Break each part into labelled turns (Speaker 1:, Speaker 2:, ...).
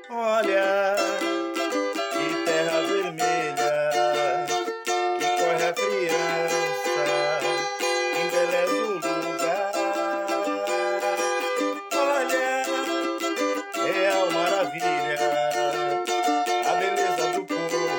Speaker 1: Olha, que terra vermelha, que corre a criança, embeleza o lugar. Olha, real maravilha, a beleza do povo,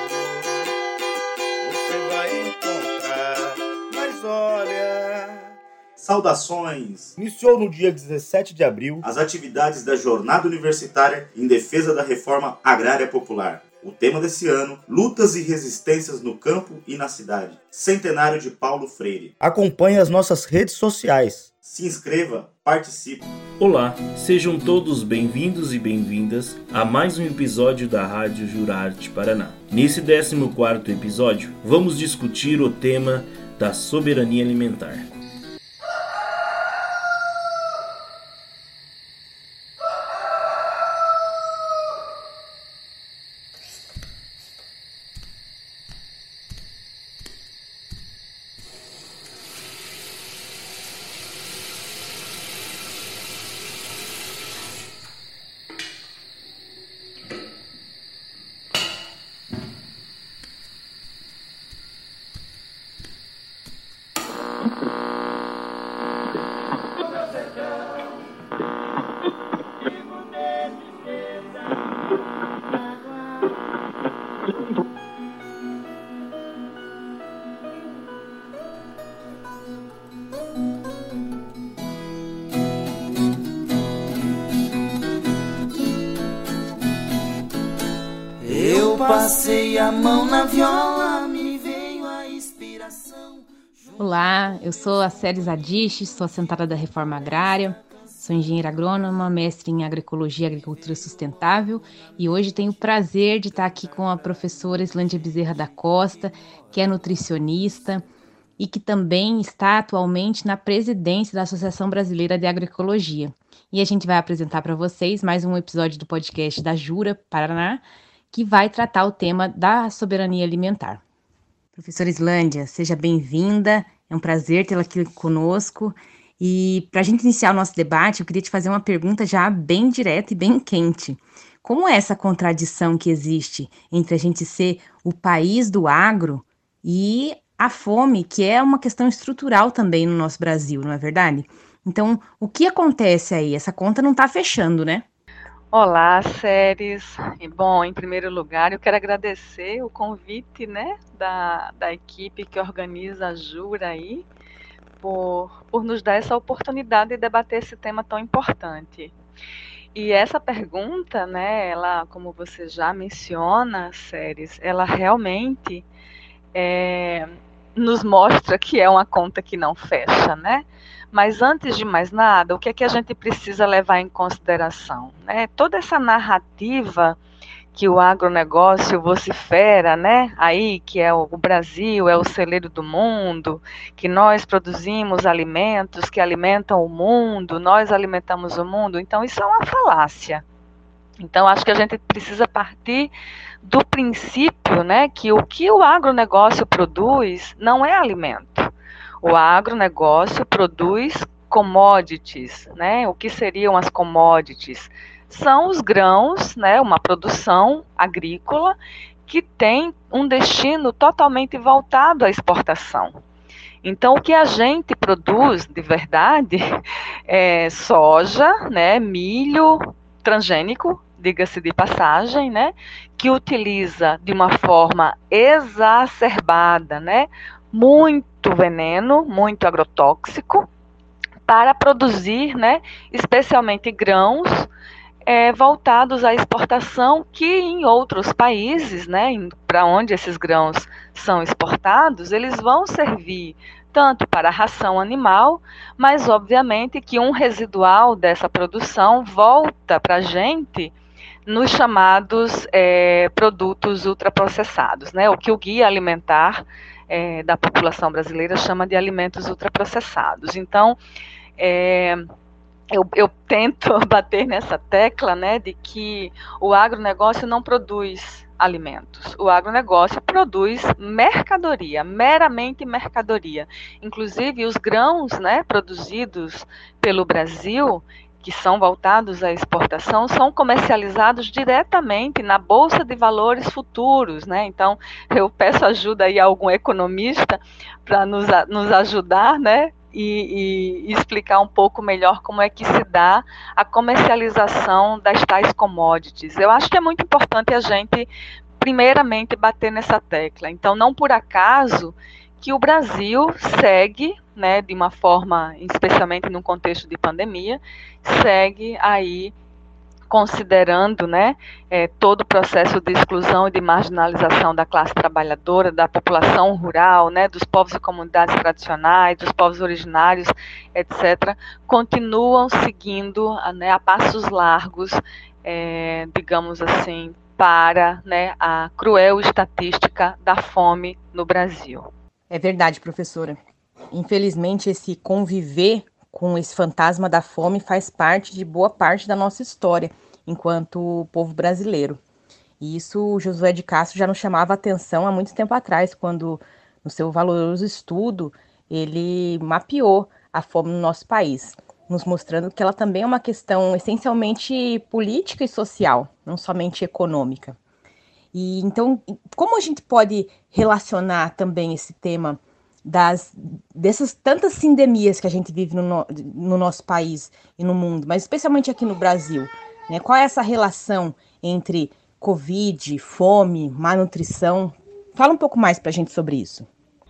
Speaker 1: você vai encontrar, mas olha...
Speaker 2: Saudações!
Speaker 1: Iniciou no dia 17 de abril
Speaker 2: As atividades da Jornada Universitária em Defesa da Reforma Agrária Popular. O tema desse ano, lutas e resistências no campo e na cidade. Centenário de Paulo Freire.
Speaker 1: Acompanhe as nossas redes sociais.
Speaker 2: Se inscreva, participe.
Speaker 3: Olá, sejam todos bem-vindos e bem-vindas a mais um episódio da Rádio Jurarte Paraná. Nesse 14º episódio, vamos discutir o tema da soberania alimentar.
Speaker 4: Eu passei a mão na viola, me veio a inspiração.
Speaker 5: Olá, eu sou a Séries Adish, sou assentada da Reforma Agrária, sou engenheira agrônoma, mestre em agroecologia e agricultura sustentável e hoje tenho o prazer de estar aqui com a professora Islândia Bezerra da Costa, que é nutricionista e que também está atualmente na presidência da Associação Brasileira de Agroecologia. E a gente vai apresentar para vocês mais um episódio do podcast da Jura Paraná, que vai tratar o tema da soberania alimentar. Professora Islândia, seja bem-vinda, é um prazer tê-la aqui conosco. E para a gente iniciar o nosso debate, eu queria te fazer uma pergunta já bem direta e bem quente. Como é essa contradição que existe entre a gente ser o país do agro e a fome, que é uma questão estrutural também no nosso Brasil, não é verdade? Então, o que acontece aí? Essa conta não está fechando, né?
Speaker 6: Olá, Séries. E, bom, em primeiro lugar, eu quero agradecer o convite, né, da equipe que organiza a Jura aí, por nos dar essa oportunidade de debater esse tema tão importante. E essa pergunta, né, ela, como você já menciona, Séries, ela realmente nos mostra que é uma conta que não fecha, né? Mas antes de mais nada, o que é que a gente precisa levar em consideração, né? Toda essa narrativa que o agronegócio vocifera, né? Aí que é o Brasil é o celeiro do mundo, que nós produzimos alimentos que alimentam o mundo, nós alimentamos o mundo. Então isso é uma falácia. Então acho que a gente precisa partir do princípio, né, que o agronegócio produz não é alimento. O agronegócio produz commodities, né? O que seriam as commodities? São os grãos, né? Uma produção agrícola que tem um destino totalmente voltado à exportação. Então, o que a gente produz de verdade é soja, né? Milho transgênico, diga-se de passagem, né? Que utiliza de uma forma exacerbada, né? Muito veneno, muito agrotóxico, para produzir, né, especialmente grãos voltados à exportação, que em outros países, né, para onde esses grãos são exportados, eles vão servir tanto para a ração animal, mas obviamente que um residual dessa produção volta para a gente nos chamados produtos ultraprocessados, né, o que o Guia Alimentar da população brasileira chama de alimentos ultraprocessados. Então, eu tento bater nessa tecla, né, de que o agronegócio não produz alimentos. O agronegócio produz mercadoria, meramente mercadoria. Inclusive, os grãos, né, produzidos pelo Brasil, que são voltados à exportação são comercializados diretamente na Bolsa de Valores Futuros, né? Então, eu peço ajuda aí a algum economista para nos ajudar, né? E explicar um pouco melhor como é que se dá a comercialização das tais commodities. Eu acho que é muito importante a gente, primeiramente, bater nessa tecla. Então, não por acaso que o Brasil segue, né, de uma forma, especialmente no contexto de pandemia, segue aí considerando, né, todo o processo de exclusão e de marginalização da classe trabalhadora, da população rural, né, dos povos e comunidades tradicionais, dos povos originários, etc., continuam seguindo, né, a passos largos, digamos assim, para, né, a cruel estatística da fome no Brasil.
Speaker 5: É verdade, professora. Infelizmente, esse conviver com esse fantasma da fome faz parte de boa parte da nossa história, enquanto povo brasileiro. E isso o Josué de Castro já nos chamava a atenção há muito tempo atrás, quando, no seu valoroso estudo, ele mapeou a fome no nosso país, nos mostrando que ela também é uma questão essencialmente política e social, não somente econômica. E então, como a gente pode relacionar também esse tema dessas tantas sindemias que a gente vive no nosso país e no mundo, mas especialmente aqui no Brasil, né? Qual é essa relação entre Covid, fome, má nutrição? Fala um pouco mais para a gente sobre isso.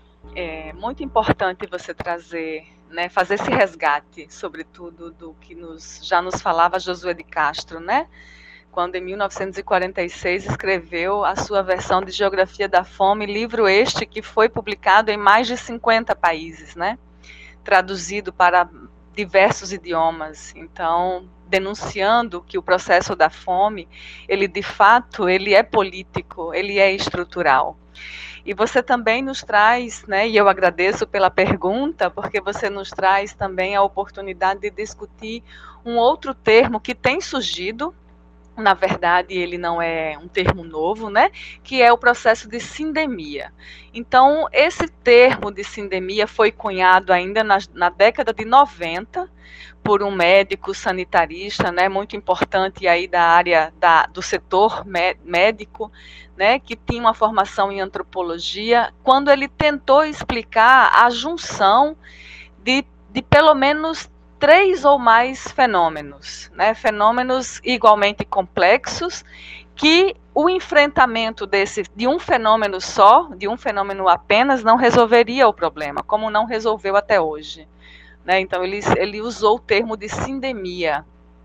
Speaker 6: É muito importante você trazer, né, fazer esse resgate, sobretudo do que já nos falava Josué de Castro, né? Quando em 1946 escreveu a sua versão de Geografia da Fome, livro este que foi publicado em mais de 50 países, né? Traduzido para diversos idiomas. Então, denunciando que o processo da fome, ele de fato, ele é político, ele é estrutural. E você também nos traz, né, e eu agradeço pela pergunta, porque você nos traz também a oportunidade de discutir um outro termo que tem surgido. Na verdade, ele não é um termo novo, né? Que é o processo de sindemia. Então, esse termo de sindemia foi cunhado ainda na década de 90 por um médico sanitarista, né? Muito importante aí da área do setor médico, né? Que tinha uma formação em antropologia, quando ele tentou explicar a junção de pelo menos 3 ou mais fenômenos, né? Fenômenos igualmente complexos, que o enfrentamento de um fenômeno só, de um fenômeno apenas, não resolveria o problema, como não resolveu até hoje, né? Então, ele usou o termo de sindemia.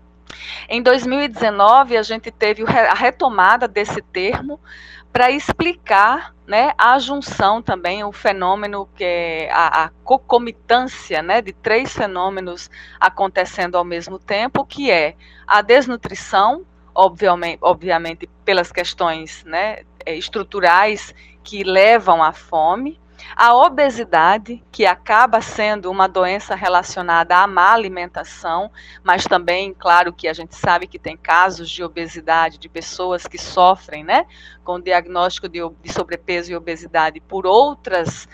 Speaker 6: Em 2019, a gente teve a retomada desse termo para explicar, né, a junção também, o fenômeno que é a concomitância, né, de 3 fenômenos acontecendo ao mesmo tempo, que é a desnutrição, obviamente pelas questões, né, estruturais que levam à fome, a obesidade, que acaba sendo uma doença relacionada à má alimentação, mas também, claro, que a gente sabe que tem casos de obesidade de pessoas que sofrem, né, com diagnóstico de sobrepeso e obesidade por outras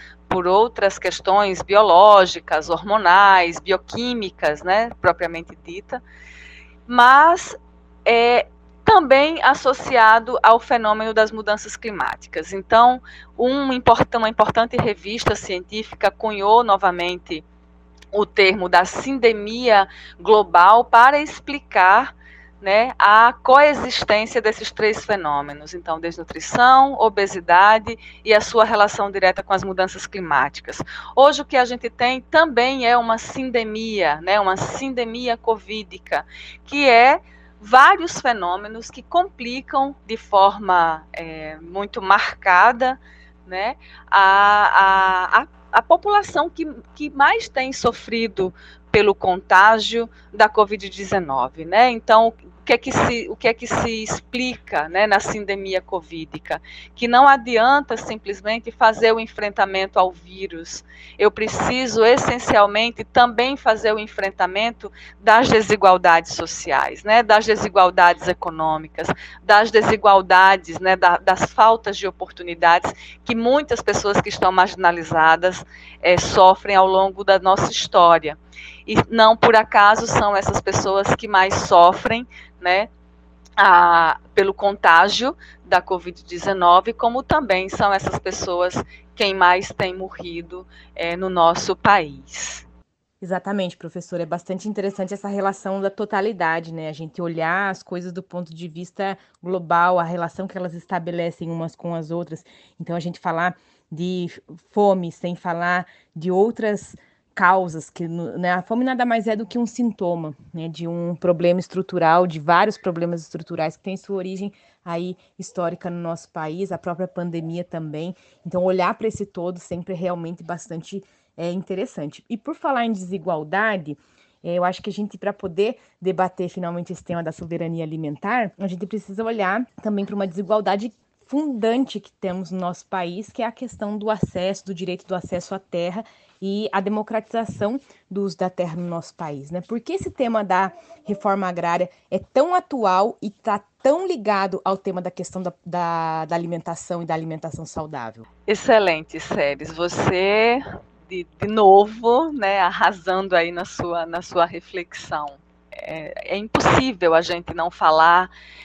Speaker 6: questões biológicas, hormonais, bioquímicas, né, propriamente dita, mas também associado ao fenômeno das mudanças climáticas. Então, uma importante revista científica cunhou novamente o termo da sindemia global para explicar, né, a coexistência desses 3 fenômenos. Então, desnutrição, obesidade e a sua relação direta com as mudanças climáticas. Hoje, o que a gente tem também é uma sindemia, né, uma sindemia covídica, que é vários fenômenos que complicam de forma muito marcada, né, a população que mais tem sofrido pelo contágio da Covid-19, né? Então, o que é que se explica, né, na sindemia covídica? Que não adianta simplesmente fazer o enfrentamento ao vírus. Eu preciso, essencialmente, também fazer o enfrentamento das desigualdades sociais, né, das desigualdades econômicas, das desigualdades, né, das faltas de oportunidades que muitas pessoas que estão marginalizadas sofrem ao longo da nossa história. E não por acaso são essas pessoas que mais sofrem, né, pelo contágio da Covid-19, como também são essas pessoas quem mais tem morrido no nosso país.
Speaker 5: Exatamente, professor. É bastante interessante essa relação da totalidade, né? A gente olhar as coisas do ponto de vista global, a relação que elas estabelecem umas com as outras. Então, a gente falar de fome sem falar de outras causas, que, né, a fome nada mais é do que um sintoma, né, de um problema estrutural, de vários problemas estruturais que têm sua origem aí histórica no nosso país, a própria pandemia também. Então, olhar para esse todo sempre é realmente bastante interessante. E por falar em desigualdade, eu acho que a gente, para poder debater finalmente esse tema da soberania alimentar, a gente precisa olhar também para uma desigualdade fundante que temos no nosso país, que é a questão do acesso, do direito do acesso à terra e a democratização do uso da terra no nosso país, né? Por que esse tema da reforma agrária é tão atual e está tão ligado ao tema da questão da alimentação e da alimentação saudável?
Speaker 6: Excelente, Séries. Você, de novo, né, arrasando aí na sua reflexão. É impossível a gente não falar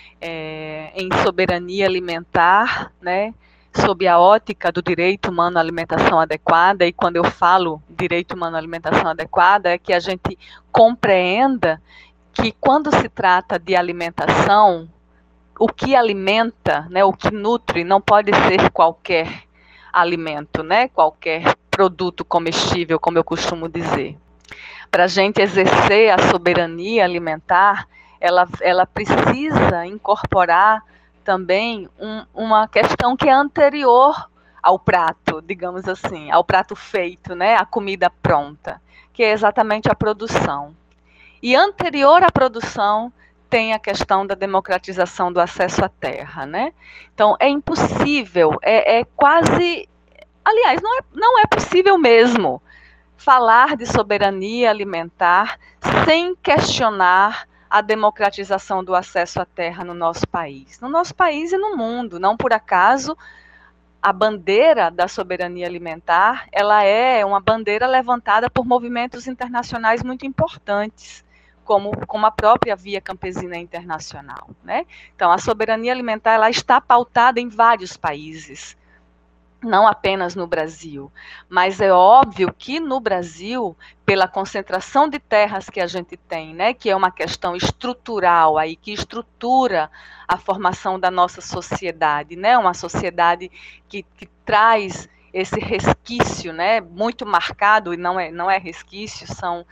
Speaker 6: em soberania alimentar, né, sob a ótica do direito humano à alimentação adequada. E quando eu falo direito humano à alimentação adequada, é que a gente compreenda que quando se trata de alimentação, o que alimenta, né, o que nutre, não pode ser qualquer alimento, né, qualquer produto comestível, como eu costumo dizer. Para a gente exercer a soberania alimentar, ela precisa incorporar também uma questão que é anterior ao prato, digamos assim, ao prato feito, né, a comida pronta, que é exatamente a produção. E anterior à produção tem a questão da democratização do acesso à terra, né? Então, é impossível, quase... Aliás, não é possível mesmo falar de soberania alimentar sem questionar a democratização do acesso à terra no nosso país e no mundo. Não por acaso, a bandeira da soberania alimentar, ela é uma bandeira levantada por movimentos internacionais muito importantes, como a própria Via Campesina Internacional, né? Então, a soberania alimentar, ela está pautada em vários países, não apenas no Brasil, mas é óbvio que no Brasil, pela concentração de terras que a gente tem, né, que é uma questão estrutural aí, que estrutura a formação da nossa sociedade, né, uma sociedade que traz esse resquício, né, muito marcado, e não é resquício,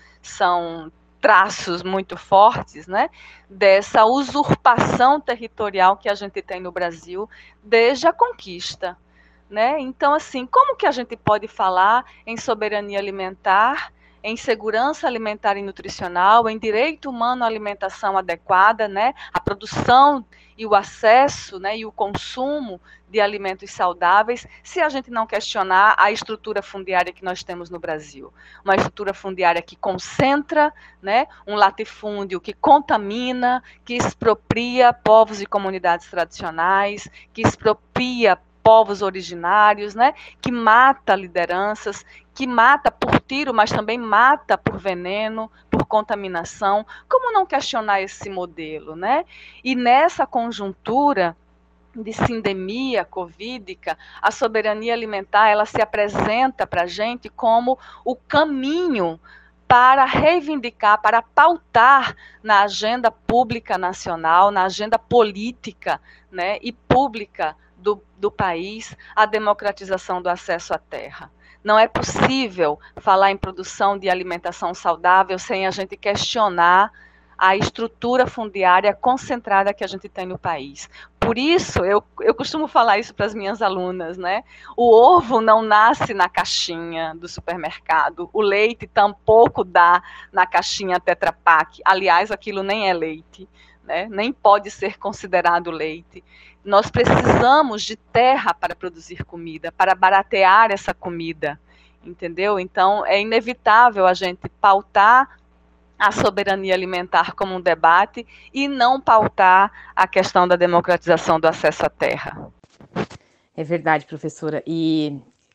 Speaker 6: são traços muito fortes, né, dessa usurpação territorial que a gente tem no Brasil desde a conquista. Né? Então, assim, como que a gente pode falar em soberania alimentar, em segurança alimentar e nutricional, em direito humano à alimentação adequada, né? A produção e o acesso, né, e o consumo de alimentos saudáveis, se a gente não questionar a estrutura fundiária que nós temos no Brasil? Uma estrutura fundiária que concentra, né, um latifúndio que contamina, que expropria povos e comunidades tradicionais, que expropria povos originários, né, que mata lideranças, que mata por tiro, mas também mata por veneno, por contaminação. Como não questionar esse modelo, né? E nessa conjuntura de sindemia covídica, a soberania alimentar, ela se apresenta para a gente como o caminho para reivindicar, para pautar na agenda pública nacional, na agenda política, né, e pública do país, a democratização do acesso à terra. Não é possível falar em produção de alimentação saudável sem a gente questionar a estrutura fundiária concentrada que a gente tem no país. Por isso, eu costumo falar isso para as minhas alunas, né? O ovo não nasce na caixinha do supermercado, o leite tampouco dá na caixinha Tetra Pak. Aliás, aquilo nem é leite, né? Nem pode ser considerado leite. Nós precisamos de terra para produzir comida, para baratear essa comida, entendeu? Então, é inevitável a gente pautar a soberania alimentar como um debate e não pautar a questão da democratização do acesso à terra.
Speaker 5: É verdade, professora. E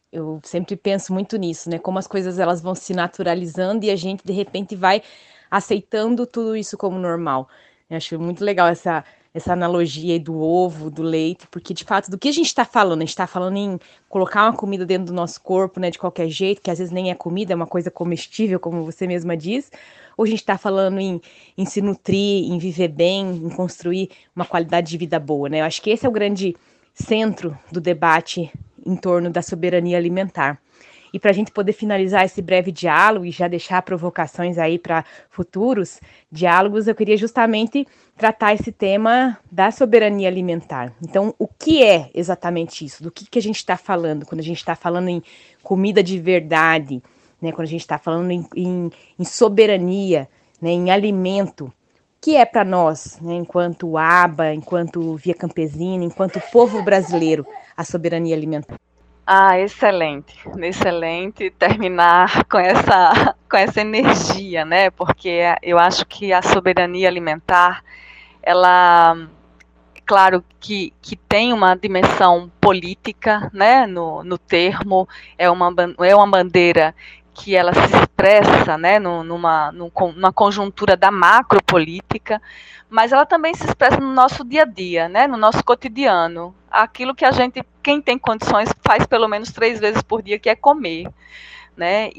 Speaker 5: Eu sempre penso muito nisso, né? Como as coisas elas vão se naturalizando e a gente de repente vai aceitando tudo isso como normal. Eu acho muito legal essa analogia aí do ovo, do leite, porque de fato do que a gente está falando? A gente está falando em colocar uma comida dentro do nosso corpo, né? De qualquer jeito, que às vezes nem é comida, é uma coisa comestível, como você mesma diz. Ou a gente está falando em se nutrir, em viver bem, em construir uma qualidade de vida boa, né? Eu acho que esse é o grande centro do debate em torno da soberania alimentar. E para a gente poder finalizar esse breve diálogo e já deixar provocações aí para futuros diálogos, eu queria justamente tratar esse tema da soberania alimentar. Então, o que é exatamente isso? Do que a gente está falando quando a gente está falando em comida de verdade, né? Quando a gente está falando em soberania, né? Em alimento? O que é para nós, né? Enquanto ABA, enquanto Via Campesina, enquanto povo brasileiro, a soberania alimentar?
Speaker 6: Excelente, excelente terminar com essa energia, né? Porque eu acho que a soberania alimentar, ela, claro que tem uma dimensão política, né? No termo, é uma bandeira que ela se expressa, né? Numa conjuntura da macropolítica, mas ela também se expressa no nosso dia a dia, né? No nosso cotidiano. Aquilo que quem tem condições, faz pelo menos 3 vezes por dia, que é comer, né?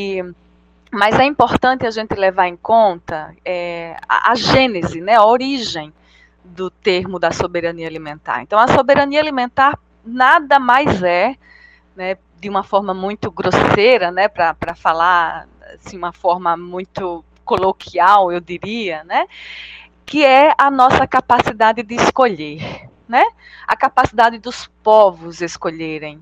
Speaker 6: Mas é importante a gente levar em conta a gênese, né? A origem do termo da soberania alimentar. Então, a soberania alimentar nada mais é, né, de uma forma muito grosseira, né, para falar assim, uma forma muito coloquial, eu diria, né, que é a nossa capacidade de escolher, né? A capacidade dos povos escolher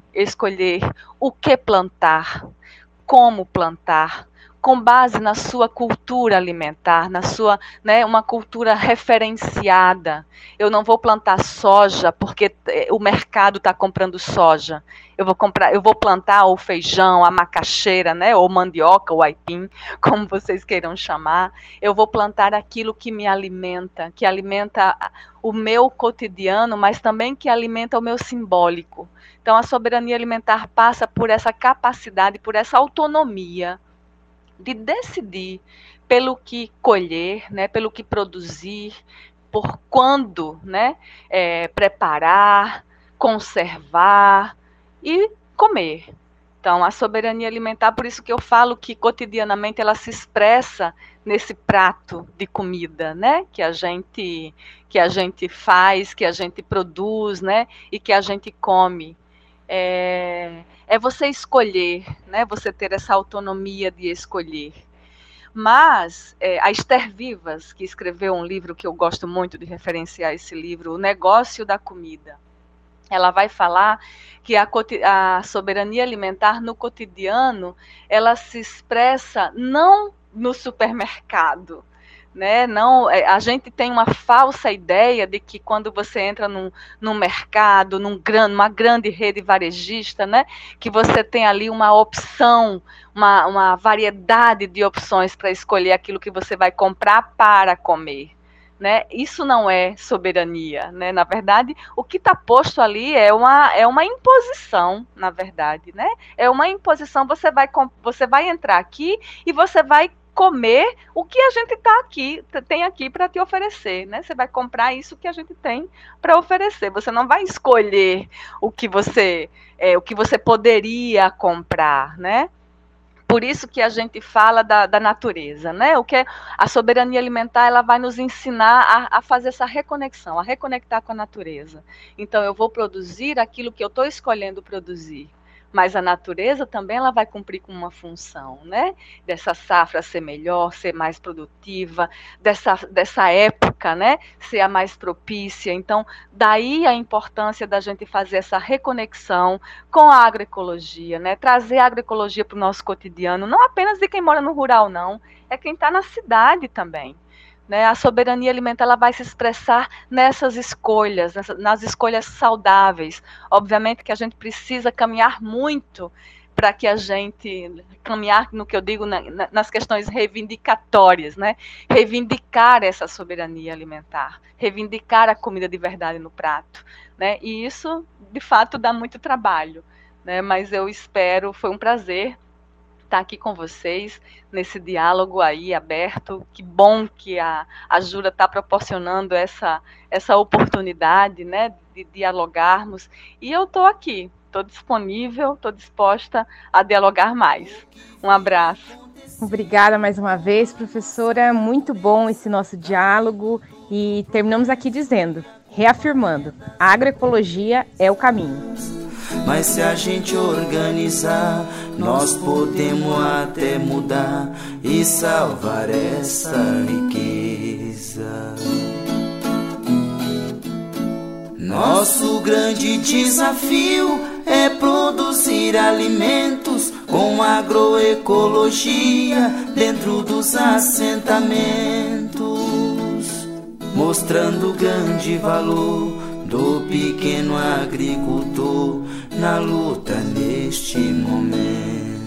Speaker 6: o que plantar, como plantar, com base na sua cultura alimentar, na sua, né, uma cultura referenciada. Eu não vou plantar soja porque o mercado está comprando soja. Eu vou plantar o feijão, a macaxeira, né, ou mandioca, ou aipim, como vocês queiram chamar. Eu vou plantar aquilo que me alimenta, que alimenta o meu cotidiano, mas também que alimenta o meu simbólico. Então, a soberania alimentar passa por essa capacidade, por essa autonomia de decidir pelo que colher, né, pelo que produzir, por quando, né, preparar, conservar e comer. Então, a soberania alimentar, por isso que eu falo que cotidianamente ela se expressa nesse prato de comida, né, que a gente faz, que a gente produz, né, e que a gente come. É você escolher, né? Você ter essa autonomia de escolher. Mas a Esther Vivas, que escreveu um livro que eu gosto muito de referenciar esse livro, O Negócio da Comida, ela vai falar que a soberania alimentar no cotidiano, ela se expressa não no supermercado, né? Não, a gente tem uma falsa ideia de que quando você entra num mercado, numa grande rede varejista, né, que você tem ali uma opção, uma variedade de opções para escolher aquilo que você vai comprar para comer. Né? Isso não é soberania, né? Na verdade, o que está posto ali é uma imposição, na verdade, né? É uma imposição. Você vai entrar aqui e você vai comer o que a gente tem aqui para te oferecer, né? Você vai comprar isso que a gente tem para oferecer. Você não vai escolher o que você poderia comprar, né? Por isso que a gente fala da natureza, né? O que a soberania alimentar, ela vai nos ensinar a fazer essa reconexão, a reconectar com a natureza. Então, eu vou produzir aquilo que eu estou escolhendo produzir. Mas a natureza também ela vai cumprir com uma função, né? Dessa safra ser melhor, ser mais produtiva, dessa época, né? Ser a mais propícia. Então, daí a importância da gente fazer essa reconexão com a agroecologia, né? Trazer a agroecologia para o nosso cotidiano, não apenas de quem mora no rural, não, é quem está na cidade também. Né, a soberania alimentar ela vai se expressar nessas escolhas, nas escolhas saudáveis. Obviamente que a gente precisa caminhar muito para que a gente caminhar no que eu digo nas questões reivindicatórias, né? Reivindicar essa soberania alimentar, reivindicar a comida de verdade no prato, né? E isso, de fato, dá muito trabalho. né? Mas eu espero, foi um prazer estar aqui com vocês nesse diálogo aí aberto. Que bom que a Jura está proporcionando essa oportunidade, né, de dialogarmos. E eu estou aqui, estou disponível, estou disposta a dialogar mais. Um abraço.
Speaker 5: Obrigada mais uma vez, professora. Muito bom esse nosso diálogo. E terminamos aqui dizendo, reafirmando, a agroecologia é o caminho.
Speaker 4: Mas se a gente organizar, nós podemos até mudar e salvar essa riqueza. Nosso grande desafio é produzir alimentos com agroecologia dentro dos assentamentos, mostrando o grande valor do pequeno agricultor na luta neste momento.